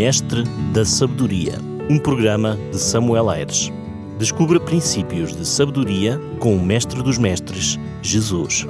Mestre da Sabedoria, um programa de Samuel Ayres. Descubra princípios de sabedoria com o Mestre dos Mestres, Jesus.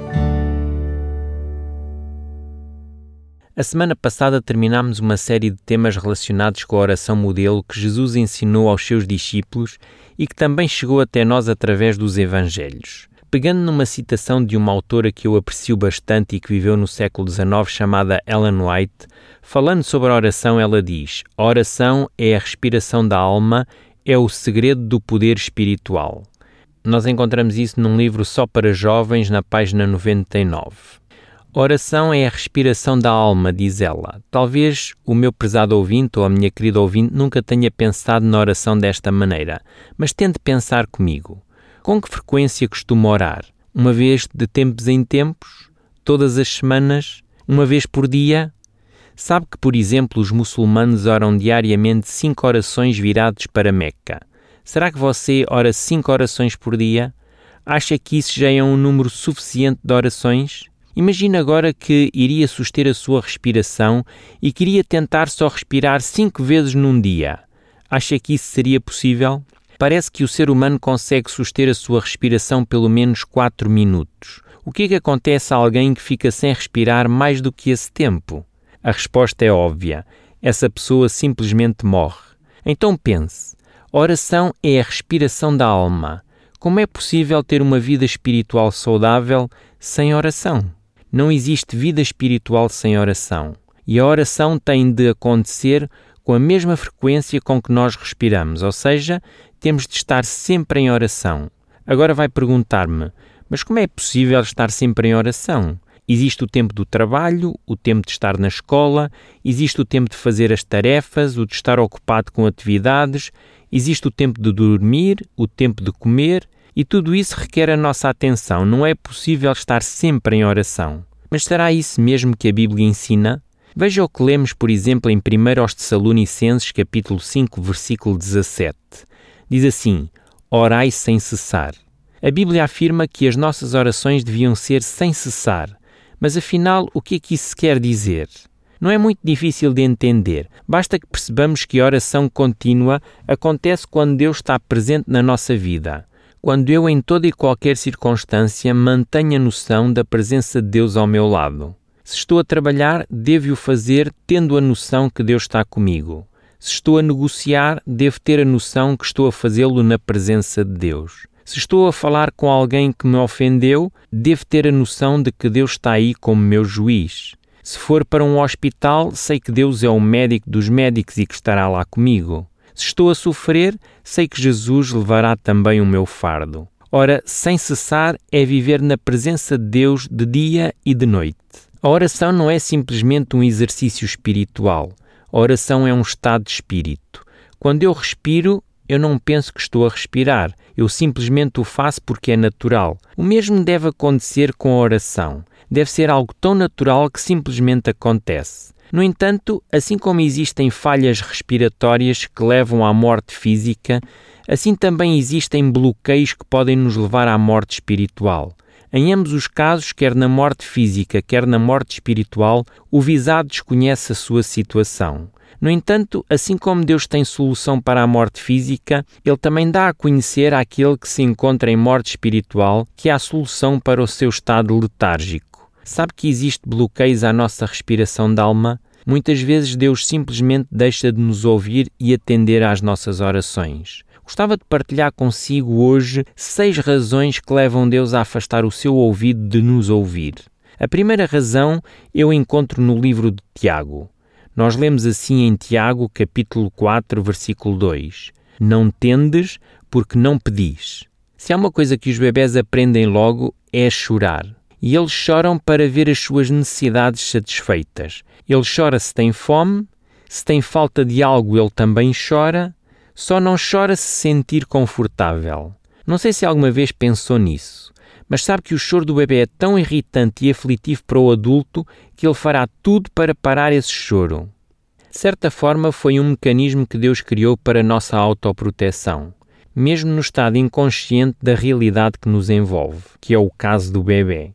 A semana passada terminámos uma série de temas relacionados com a oração modelo que Jesus ensinou aos seus discípulos e que também chegou até nós através dos Evangelhos. Pegando numa citação de uma autora que eu aprecio bastante e que viveu no século XIX, chamada Ellen White, falando sobre a oração, ela diz: a oração é a respiração da alma, é o segredo do poder espiritual. Nós encontramos isso num livro só para jovens, na página 99. A oração é a respiração da alma, diz ela. Talvez o meu prezado ouvinte ou a minha querida ouvinte nunca tenha pensado na oração desta maneira, mas tente pensar comigo. Com que frequência costuma orar? Uma vez de tempos em tempos? Todas as semanas? Uma vez por dia? Sabe que, por exemplo, os muçulmanos oram diariamente 5 orações virados para Meca. Será que você ora 5 orações por dia? Acha que isso já é um número suficiente de orações? Imagine agora que iria suster a sua respiração e queria tentar só respirar 5 vezes num dia. Acha que isso seria possível? Parece que o ser humano consegue suster a sua respiração pelo menos 4 minutos. O que é que acontece a alguém que fica sem respirar mais do que esse tempo? A resposta é óbvia. Essa pessoa simplesmente morre. Então pense, a oração é a respiração da alma. Como é possível ter uma vida espiritual saudável sem oração? Não existe vida espiritual sem oração. E a oração tem de acontecer com a mesma frequência com que nós respiramos, ou seja, temos de estar sempre em oração. Agora vai perguntar-me, mas como é possível estar sempre em oração? Existe o tempo do trabalho, o tempo de estar na escola, existe o tempo de fazer as tarefas, o de estar ocupado com atividades, existe o tempo de dormir, o tempo de comer, e tudo isso requer a nossa atenção. Não é possível estar sempre em oração. Mas será isso mesmo que a Bíblia ensina? Veja o que lemos, por exemplo, em 1 Tessalonicenses, capítulo 5, versículo 17. Diz assim: orai sem cessar. A Bíblia afirma que as nossas orações deviam ser sem cessar. Mas afinal, o que é que isso quer dizer? Não é muito difícil de entender. Basta que percebamos que a oração contínua acontece quando Deus está presente na nossa vida. Quando eu, em toda e qualquer circunstância, mantenho a noção da presença de Deus ao meu lado. Se estou a trabalhar, devo-o fazer tendo a noção que Deus está comigo. Se estou a negociar, devo ter a noção que estou a fazê-lo na presença de Deus. Se estou a falar com alguém que me ofendeu, devo ter a noção de que Deus está aí como meu juiz. Se for para um hospital, sei que Deus é o médico dos médicos e que estará lá comigo. Se estou a sofrer, sei que Jesus levará também o meu fardo. Ora, sem cessar é viver na presença de Deus de dia e de noite. A oração não é simplesmente um exercício espiritual. A oração é um estado de espírito. Quando eu respiro, eu não penso que estou a respirar. Eu simplesmente o faço porque é natural. O mesmo deve acontecer com a oração. Deve ser algo tão natural que simplesmente acontece. No entanto, assim como existem falhas respiratórias que levam à morte física, assim também existem bloqueios que podem nos levar à morte espiritual. Em ambos os casos, quer na morte física, quer na morte espiritual, o visado desconhece a sua situação. No entanto, assim como Deus tem solução para a morte física, Ele também dá a conhecer àquele que se encontra em morte espiritual que há solução para o seu estado letárgico. Sabe que existe bloqueios à nossa respiração da alma? Muitas vezes Deus simplesmente deixa de nos ouvir e atender às nossas orações. Gostava de partilhar consigo hoje 6 razões que levam Deus a afastar o seu ouvido de nos ouvir. A primeira razão eu encontro no livro de Tiago. Nós lemos assim em Tiago, capítulo 4, versículo 2. Não tendes porque não pedis. Se há uma coisa que os bebés aprendem logo é chorar. E eles choram para ver as suas necessidades satisfeitas. Ele chora se tem fome, se tem falta de algo ele também chora, só não chora se sentir confortável. Não sei se alguma vez pensou nisso, mas sabe que o choro do bebê é tão irritante e aflitivo para o adulto que ele fará tudo para parar esse choro. De certa forma, foi um mecanismo que Deus criou para a nossa autoproteção, mesmo no estado inconsciente da realidade que nos envolve, que é o caso do bebê.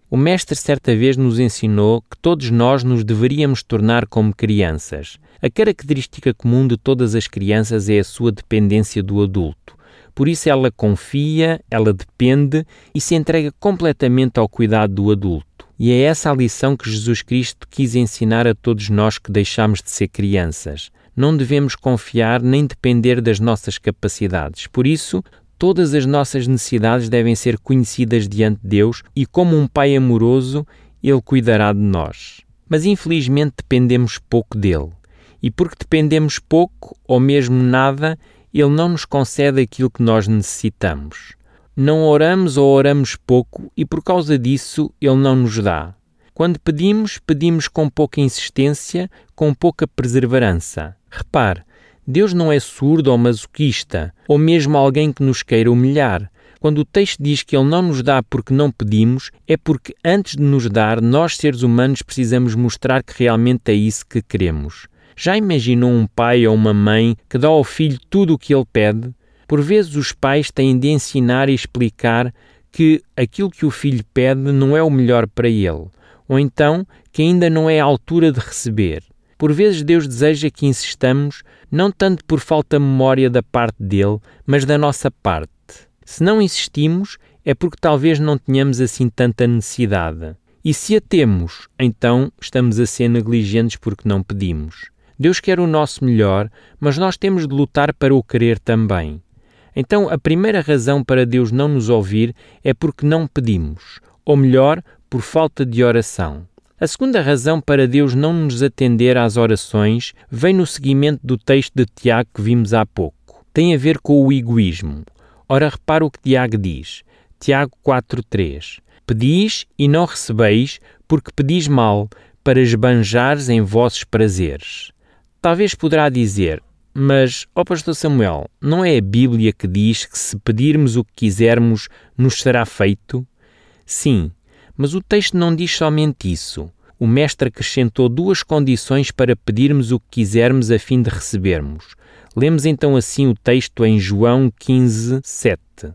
O Mestre certa vez nos ensinou que todos nós nos deveríamos tornar como crianças. A característica comum de todas as crianças é a sua dependência do adulto. Por isso ela confia, ela depende e se entrega completamente ao cuidado do adulto. E é essa a lição que Jesus Cristo quis ensinar a todos nós que deixamos de ser crianças. Não devemos confiar nem depender das nossas capacidades. Por isso, todas as nossas necessidades devem ser conhecidas diante de Deus e, como um Pai amoroso, Ele cuidará de nós. Mas, infelizmente, dependemos pouco dEle. E porque dependemos pouco, ou mesmo nada, Ele não nos concede aquilo que nós necessitamos. Não oramos ou oramos pouco e, por causa disso, Ele não nos dá. Quando pedimos, pedimos com pouca insistência, com pouca perseverança. Repare, Deus não é surdo ou masoquista, ou mesmo alguém que nos queira humilhar. Quando o texto diz que Ele não nos dá porque não pedimos, é porque antes de nos dar, nós seres humanos precisamos mostrar que realmente é isso que queremos. Já imaginou um pai ou uma mãe que dá ao filho tudo o que ele pede? Por vezes os pais têm de ensinar e explicar que aquilo que o filho pede não é o melhor para ele, ou então que ainda não é a altura de receber. Por vezes Deus deseja que insistamos, não tanto por falta de memória da parte dele, mas da nossa parte. Se não insistimos, é porque talvez não tenhamos assim tanta necessidade. E se a temos, então estamos a ser negligentes porque não pedimos. Deus quer o nosso melhor, mas nós temos de lutar para o querer também. Então, a primeira razão para Deus não nos ouvir é porque não pedimos, ou melhor, por falta de oração. A segunda razão para Deus não nos atender às orações vem no seguimento do texto de Tiago que vimos há pouco. Tem a ver com o egoísmo. Ora, repara o que Tiago diz. Tiago 4,3. Pedis e não recebeis, porque pedis mal, para esbanjares em vossos prazeres. Talvez poderá dizer, mas, ó Pastor Samuel, não é a Bíblia que diz que se pedirmos o que quisermos, nos será feito? Sim, mas o texto não diz somente isso. O Mestre acrescentou 2 condições para pedirmos o que quisermos a fim de recebermos. Lemos então assim o texto em João 15:7.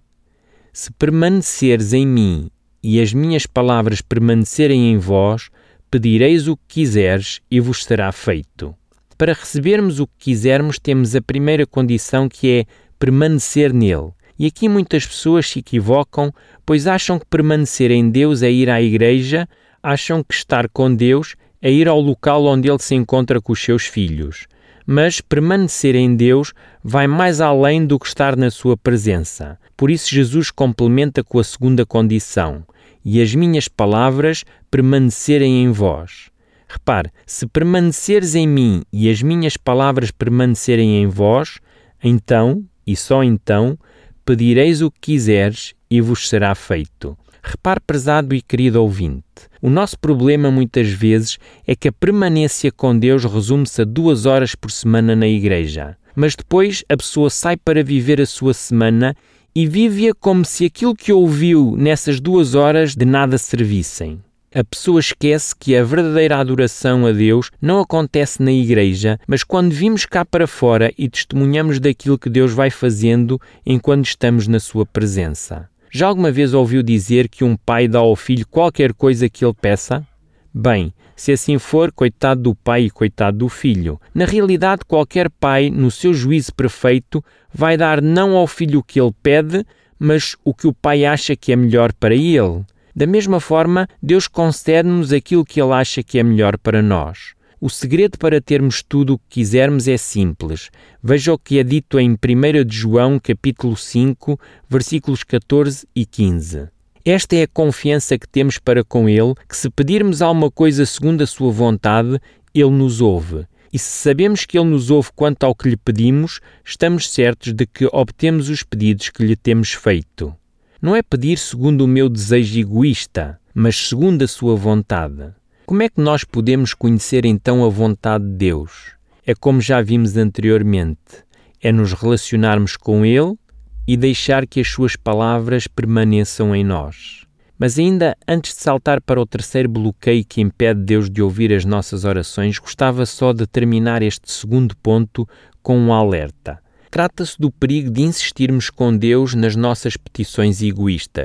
Se permaneceres em mim e as minhas palavras permanecerem em vós, pedireis o que quiseres e vos será feito. Para recebermos o que quisermos, temos a primeira condição, que é permanecer nele. E aqui muitas pessoas se equivocam, pois acham que permanecer em Deus é ir à igreja, acham que estar com Deus é ir ao local onde Ele se encontra com os seus filhos. Mas permanecer em Deus vai mais além do que estar na sua presença. Por isso Jesus complementa com a segunda condição: e as minhas palavras permanecerem em vós. Repare, se permaneceres em mim e as minhas palavras permanecerem em vós, então, e só então, pedireis o que quiseres e vos será feito. Repare, prezado e querido ouvinte, o nosso problema muitas vezes é que a permanência com Deus resume-se a 2 horas por semana na igreja. Mas depois a pessoa sai para viver a sua semana e vive-a como se aquilo que ouviu nessas 2 horas de nada servissem. A pessoa esquece que a verdadeira adoração a Deus não acontece na igreja, mas quando vimos cá para fora e testemunhamos daquilo que Deus vai fazendo enquanto estamos na sua presença. Já alguma vez ouviu dizer que um pai dá ao filho qualquer coisa que ele peça? Bem, se assim for, coitado do pai e coitado do filho. Na realidade, qualquer pai, no seu juízo perfeito, vai dar não ao filho o que ele pede, mas o que o pai acha que é melhor para ele. Da mesma forma, Deus concede-nos aquilo que Ele acha que é melhor para nós. O segredo para termos tudo o que quisermos é simples. Veja o que é dito em 1 de João, capítulo 5, versículos 14 e 15. Esta é a confiança que temos para com Ele, que se pedirmos alguma coisa segundo a sua vontade, Ele nos ouve. E se sabemos que Ele nos ouve quanto ao que lhe pedimos, estamos certos de que obtemos os pedidos que lhe temos feito. Não é pedir segundo o meu desejo egoísta, mas segundo a sua vontade. Como é que nós podemos conhecer então a vontade de Deus? É como já vimos anteriormente, é nos relacionarmos com Ele e deixar que as suas palavras permaneçam em nós. Mas ainda antes de saltar para o terceiro bloqueio que impede Deus de ouvir as nossas orações, gostava só de terminar este segundo ponto com um alerta. Trata-se do perigo de insistirmos com Deus nas nossas petições egoístas.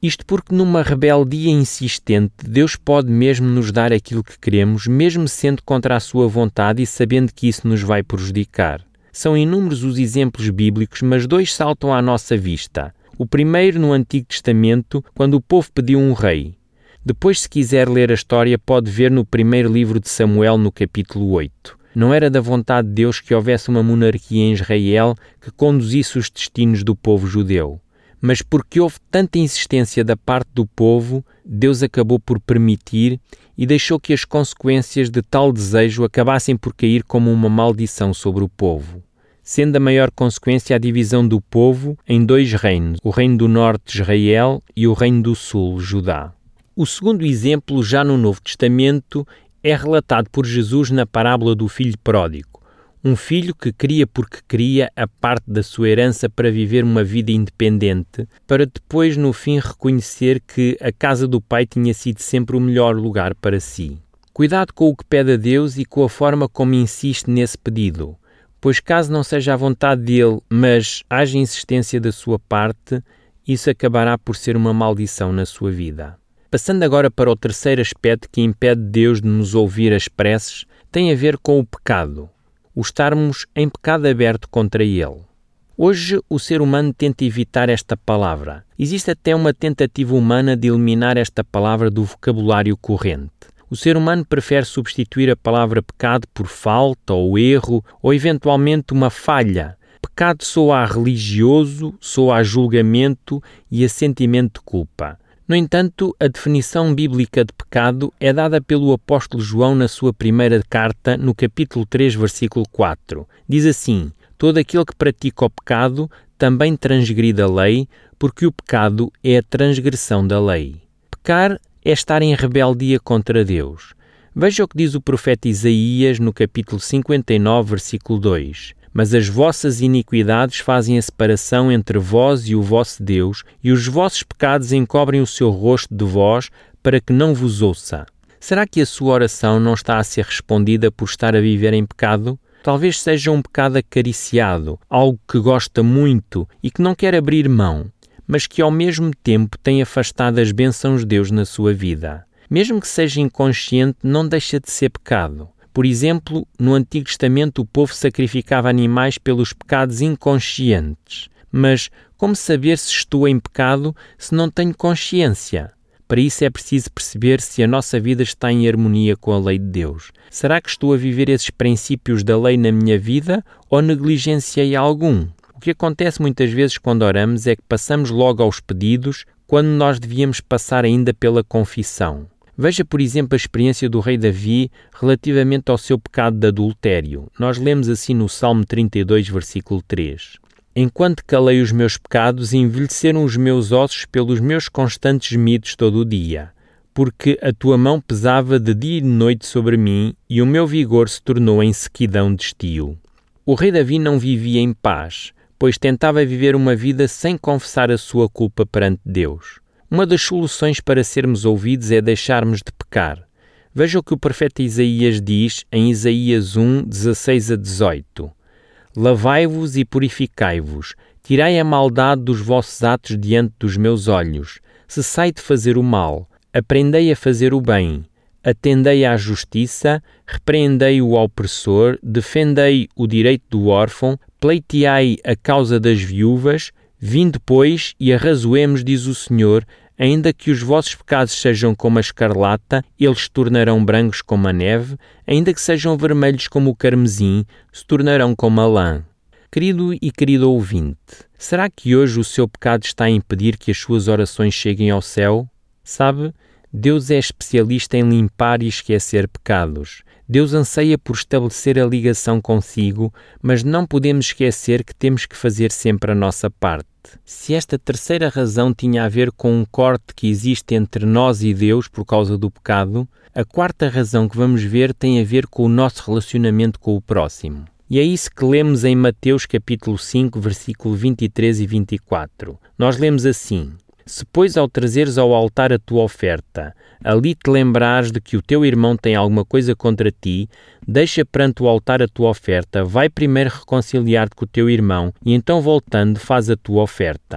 Isto porque numa rebeldia insistente, Deus pode mesmo nos dar aquilo que queremos, mesmo sendo contra a sua vontade e sabendo que isso nos vai prejudicar. São inúmeros os exemplos bíblicos, mas dois saltam à nossa vista. O primeiro no Antigo Testamento, quando o povo pediu um rei. Depois, se quiser ler a história, pode ver no primeiro livro de Samuel, no capítulo 8. Não era da vontade de Deus que houvesse uma monarquia em Israel que conduzisse os destinos do povo judeu. Mas porque houve tanta insistência da parte do povo, Deus acabou por permitir e deixou que as consequências de tal desejo acabassem por cair como uma maldição sobre o povo. Sendo a maior consequência a divisão do povo em dois reinos, o reino do norte, Israel, e o reino do sul, Judá. O segundo exemplo, já no Novo Testamento, é relatado por Jesus na parábola do filho pródigo. Um filho que queria porque queria a parte da sua herança para viver uma vida independente, para depois no fim reconhecer que a casa do pai tinha sido sempre o melhor lugar para si. Cuidado com o que pede a Deus e com a forma como insiste nesse pedido, pois caso não seja a vontade dele, mas haja insistência da sua parte, isso acabará por ser uma maldição na sua vida. Passando agora para o terceiro aspecto que impede Deus de nos ouvir as preces, tem a ver com o pecado. O estarmos em pecado aberto contra Ele. Hoje, o ser humano tenta evitar esta palavra. Existe até uma tentativa humana de eliminar esta palavra do vocabulário corrente. O ser humano prefere substituir a palavra pecado por falta ou erro ou eventualmente uma falha. Pecado soa a religioso, soa a julgamento e a sentimento de culpa. No entanto, a definição bíblica de pecado é dada pelo apóstolo João na sua primeira carta, no capítulo 3, versículo 4. Diz assim: todo aquele que pratica o pecado também transgride a lei, porque o pecado é a transgressão da lei. Pecar é estar em rebeldia contra Deus. Veja o que diz o profeta Isaías no capítulo 59, versículo 2. Mas as vossas iniquidades fazem a separação entre vós e o vosso Deus, e os vossos pecados encobrem o seu rosto de vós, para que não vos ouça. Será que a sua oração não está a ser respondida por estar a viver em pecado? Talvez seja um pecado acariciado, algo que gosta muito e que não quer abrir mão, mas que ao mesmo tempo tem afastado as bênçãos de Deus na sua vida. Mesmo que seja inconsciente, não deixa de ser pecado. Por exemplo, no Antigo Testamento o povo sacrificava animais pelos pecados inconscientes. Mas como saber se estou em pecado se não tenho consciência? Para isso é preciso perceber se a nossa vida está em harmonia com a lei de Deus. Será que estou a viver esses princípios da lei na minha vida ou negligenciei algum? O que acontece muitas vezes quando oramos é que passamos logo aos pedidos quando nós devíamos passar ainda pela confissão. Veja, por exemplo, a experiência do rei Davi relativamente ao seu pecado de adultério. Nós lemos assim no Salmo 32, versículo 3. Enquanto calei os meus pecados, envelheceram os meus ossos pelos meus constantes gemidos todo o dia, porque a tua mão pesava de dia e de noite sobre mim e o meu vigor se tornou em sequidão de estio. O rei Davi não vivia em paz, pois tentava viver uma vida sem confessar a sua culpa perante Deus. Uma das soluções para sermos ouvidos é deixarmos de pecar. Veja o que o profeta Isaías diz em Isaías 1, 16 a 18. Lavai-vos e purificai-vos, tirai a maldade dos vossos atos diante dos meus olhos. Cessai de fazer o mal, aprendei a fazer o bem. Atendei à justiça, repreendei o opressor, defendei o direito do órfão, pleiteai a causa das viúvas. Vinde, pois, e arrazoemos, diz o Senhor, ainda que os vossos pecados sejam como a escarlata, eles se tornarão brancos como a neve, ainda que sejam vermelhos como o carmesim, se tornarão como a lã. Querido e querido ouvinte, será que hoje o seu pecado está a impedir que as suas orações cheguem ao céu? Sabe, Deus é especialista em limpar e esquecer pecados. Deus anseia por estabelecer a ligação consigo, mas não podemos esquecer que temos que fazer sempre a nossa parte. Se esta terceira razão tinha a ver com um corte que existe entre nós e Deus por causa do pecado, a quarta razão que vamos ver tem a ver com o nosso relacionamento com o próximo. E é isso que lemos em Mateus capítulo 5, versículo 23 e 24. Nós lemos assim: Se, pois, ao trazeres ao altar a tua oferta, ali te lembrares de que o teu irmão tem alguma coisa contra ti, deixa perante o altar a tua oferta, vai primeiro reconciliar-te com o teu irmão e então voltando faz a tua oferta.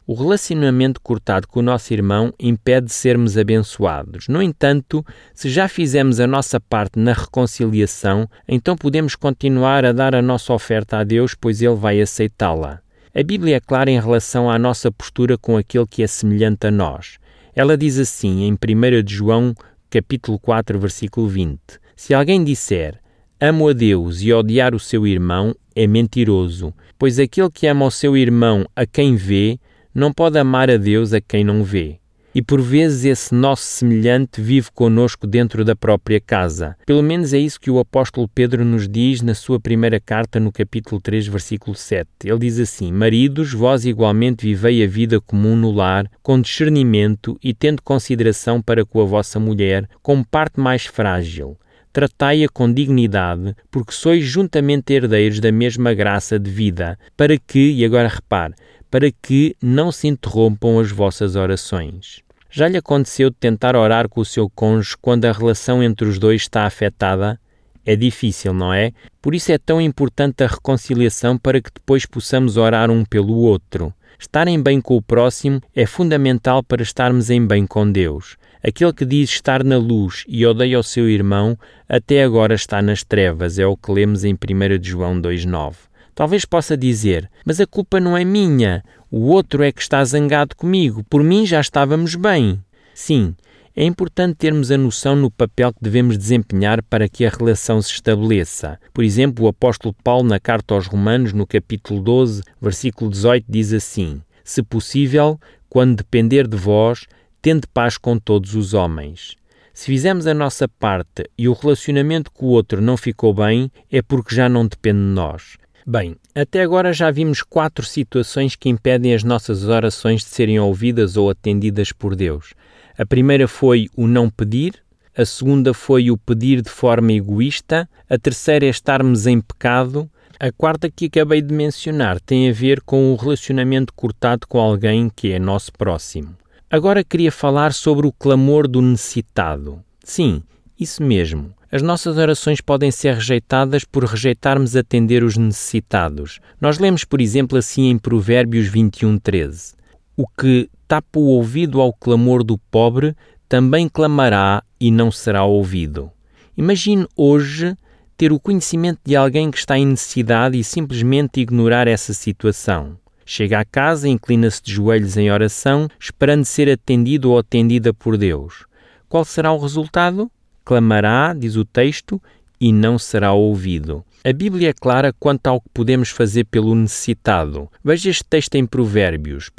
O relacionamento cortado com o nosso irmão impede de sermos abençoados. No entanto, se já fizemos a nossa parte na reconciliação, então podemos continuar a dar a nossa oferta a Deus, pois Ele vai aceitá-la. A Bíblia é clara em relação à nossa postura com aquele que é semelhante a nós. Ela diz assim em 1 de João, capítulo 4, versículo 20. Se alguém disser, amo a Deus e odiar o seu irmão, é mentiroso, pois aquele que ama o seu irmão a quem vê, não pode amar a Deus a quem não vê. E por vezes esse nosso semelhante vive conosco dentro da própria casa. Pelo menos é isso que o apóstolo Pedro nos diz na sua primeira carta no capítulo 3, versículo 7. Ele diz assim, maridos, vós igualmente vivei a vida comum no lar, com discernimento e tendo consideração para com a vossa mulher, como parte mais frágil. Tratai-a com dignidade, porque sois juntamente herdeiros da mesma graça de vida, para que, e agora repare, para que não se interrompam as vossas orações. Já lhe aconteceu de tentar orar com o seu cônjuge quando a relação entre os dois está afetada? É difícil, não é? Por isso é tão importante a reconciliação para que depois possamos orar um pelo outro. Estar em bem com o próximo é fundamental para estarmos em bem com Deus. Aquele que diz estar na luz e odeia o seu irmão, até agora está nas trevas, é o que lemos em 1 de João 2,9. Talvez possa dizer, mas a culpa não é minha, o outro é que está zangado comigo, por mim já estávamos bem. Sim, é importante termos a noção no papel que devemos desempenhar para que a relação se estabeleça. Por exemplo, o apóstolo Paulo na carta aos Romanos, no capítulo 12, versículo 18, diz assim, se possível, quando depender de vós, tende paz com todos os homens. Se fizermos a nossa parte e o relacionamento com o outro não ficou bem, é porque já não depende de nós. Bem, até agora já vimos 4 situações que impedem as nossas orações de serem ouvidas ou atendidas por Deus. A primeira foi o não pedir, a segunda foi o pedir de forma egoísta, a terceira é estarmos em pecado, a quarta que acabei de mencionar tem a ver com o relacionamento cortado com alguém que é nosso próximo. Agora queria falar sobre o clamor do necessitado. Sim, isso mesmo. As nossas orações podem ser rejeitadas por rejeitarmos atender os necessitados. Nós lemos, por exemplo, assim em Provérbios 21:13. O que tapa o ouvido ao clamor do pobre, também clamará e não será ouvido. Imagine hoje ter o conhecimento de alguém que está em necessidade e simplesmente ignorar essa situação. Chega à casa, inclina-se de joelhos em oração, esperando ser atendido ou atendida por Deus. Qual será o resultado? Clamará, diz o texto, e não será ouvido. A Bíblia é clara quanto ao que podemos fazer pelo necessitado. Veja este texto em Provérbios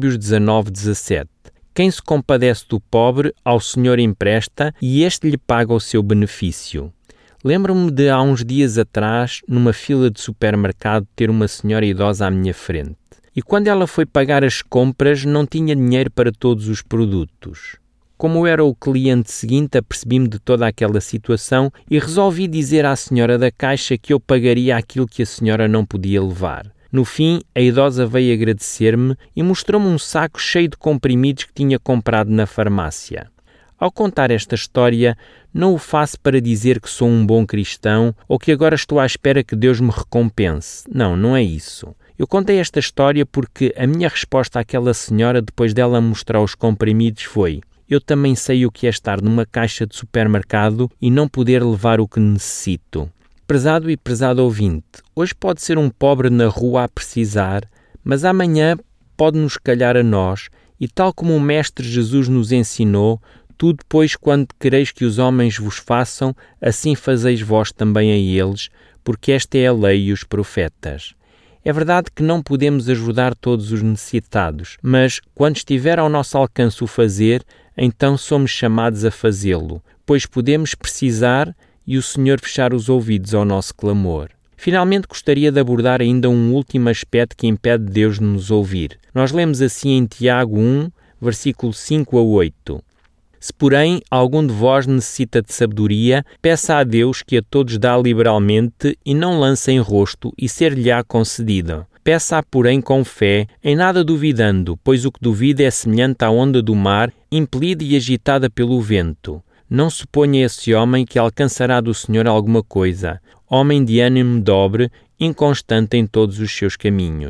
19:17. Quem se compadece do pobre, ao Senhor empresta, e este lhe paga o seu benefício. Lembro-me de há uns dias atrás, numa fila de supermercado, ter uma senhora idosa à minha frente. E quando ela foi pagar as compras, não tinha dinheiro para todos os produtos. Como eu era o cliente seguinte, apercebi-me de toda aquela situação e resolvi dizer à senhora da caixa que eu pagaria aquilo que a senhora não podia levar. No fim, a idosa veio agradecer-me e mostrou-me um saco cheio de comprimidos que tinha comprado na farmácia. Ao contar esta história, não o faço para dizer que sou um bom cristão ou que agora estou à espera que Deus me recompense. Não, não é isso. Eu contei esta história porque a minha resposta àquela senhora, depois dela mostrar os comprimidos, foi: eu também sei o que é estar numa caixa de supermercado e não poder levar o que necessito. Prezado e prezado ouvinte, hoje pode ser um pobre na rua a precisar, mas amanhã pode-nos calhar a nós, e tal como o Mestre Jesus nos ensinou, tudo pois quando quereis que os homens vos façam, assim fazeis vós também a eles, porque esta é a lei e os profetas. É verdade que não podemos ajudar todos os necessitados, mas quando estiver ao nosso alcance o fazer, então somos chamados a fazê-lo, pois podemos precisar e o Senhor fechar os ouvidos ao nosso clamor. Finalmente gostaria de abordar ainda um último aspecto que impede Deus de nos ouvir. Nós lemos assim em Tiago 1, versículo 5 a 8. Se, porém, algum de vós necessita de sabedoria, peça a Deus que a todos dá liberalmente e não lance em rosto e ser-lhe-á concedido. Peça-a, porém, com fé, em nada duvidando, pois o que duvida é semelhante à onda do mar, impelida e agitada pelo vento. Não suponha esse homem que alcançará do Senhor alguma coisa, homem de ânimo dobre, inconstante em todos os seus caminhos.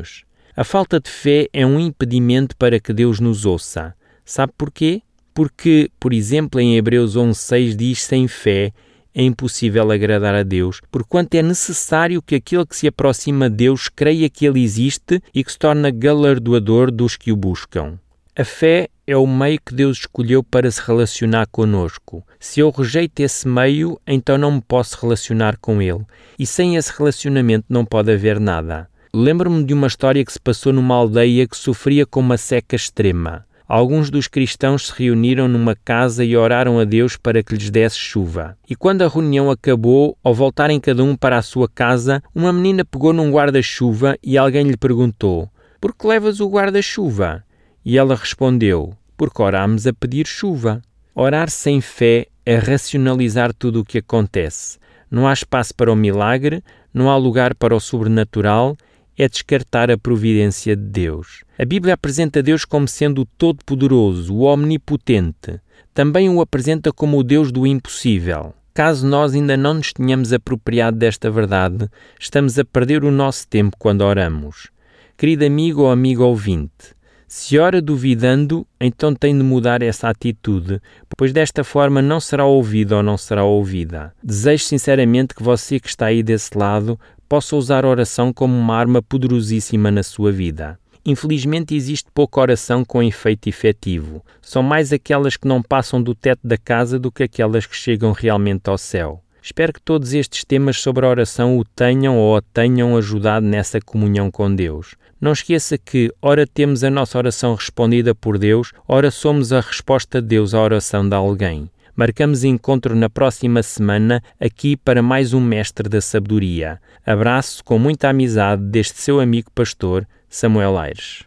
A falta de fé é um impedimento para que Deus nos ouça. Sabe porquê? Porque, por exemplo, em Hebreus 11:6 diz: sem fé é impossível agradar a Deus, porquanto é necessário que aquele que se aproxima de Deus creia que Ele existe e que se torna galardoador dos que o buscam. A fé é o meio que Deus escolheu para se relacionar conosco. Se eu rejeito esse meio, então não me posso relacionar com Ele. E sem esse relacionamento não pode haver nada. Lembro-me de uma história que se passou numa aldeia que sofria com uma seca extrema. Alguns dos cristãos se reuniram numa casa e oraram a Deus para que lhes desse chuva. E quando a reunião acabou, ao voltarem cada um para a sua casa, uma menina pegou num guarda-chuva e alguém lhe perguntou: "Por que levas o guarda-chuva?" E ela respondeu: "Porque orámos a pedir chuva." Orar sem fé é racionalizar tudo o que acontece. Não há espaço para o milagre, não há lugar para o sobrenatural, é descartar a providência de Deus. A Bíblia apresenta Deus como sendo o Todo-Poderoso, o Omnipotente. Também o apresenta como o Deus do impossível. Caso nós ainda não nos tenhamos apropriado desta verdade, estamos a perder o nosso tempo quando oramos. Querido amigo ou amigo ouvinte, se ora duvidando, então tem de mudar essa atitude, pois desta forma não será ouvido ou não será ouvida. Desejo sinceramente que você que está aí desse lado possa usar a oração como uma arma poderosíssima na sua vida. Infelizmente existe pouca oração com efeito efetivo. São mais aquelas que não passam do teto da casa do que aquelas que chegam realmente ao céu. Espero que todos estes temas sobre a oração o tenham ou a tenham ajudado nessa comunhão com Deus. Não esqueça que, ora temos a nossa oração respondida por Deus, ora somos a resposta de Deus à oração de alguém. Marcamos encontro na próxima semana aqui para mais um Mestre da Sabedoria. Abraço com muita amizade deste seu amigo pastor, Samuel Aires.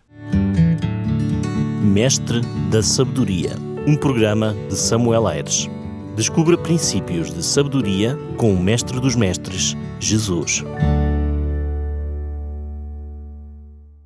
Mestre da Sabedoria, um programa de Samuel Aires. Descubra princípios de sabedoria com o Mestre dos Mestres, Jesus.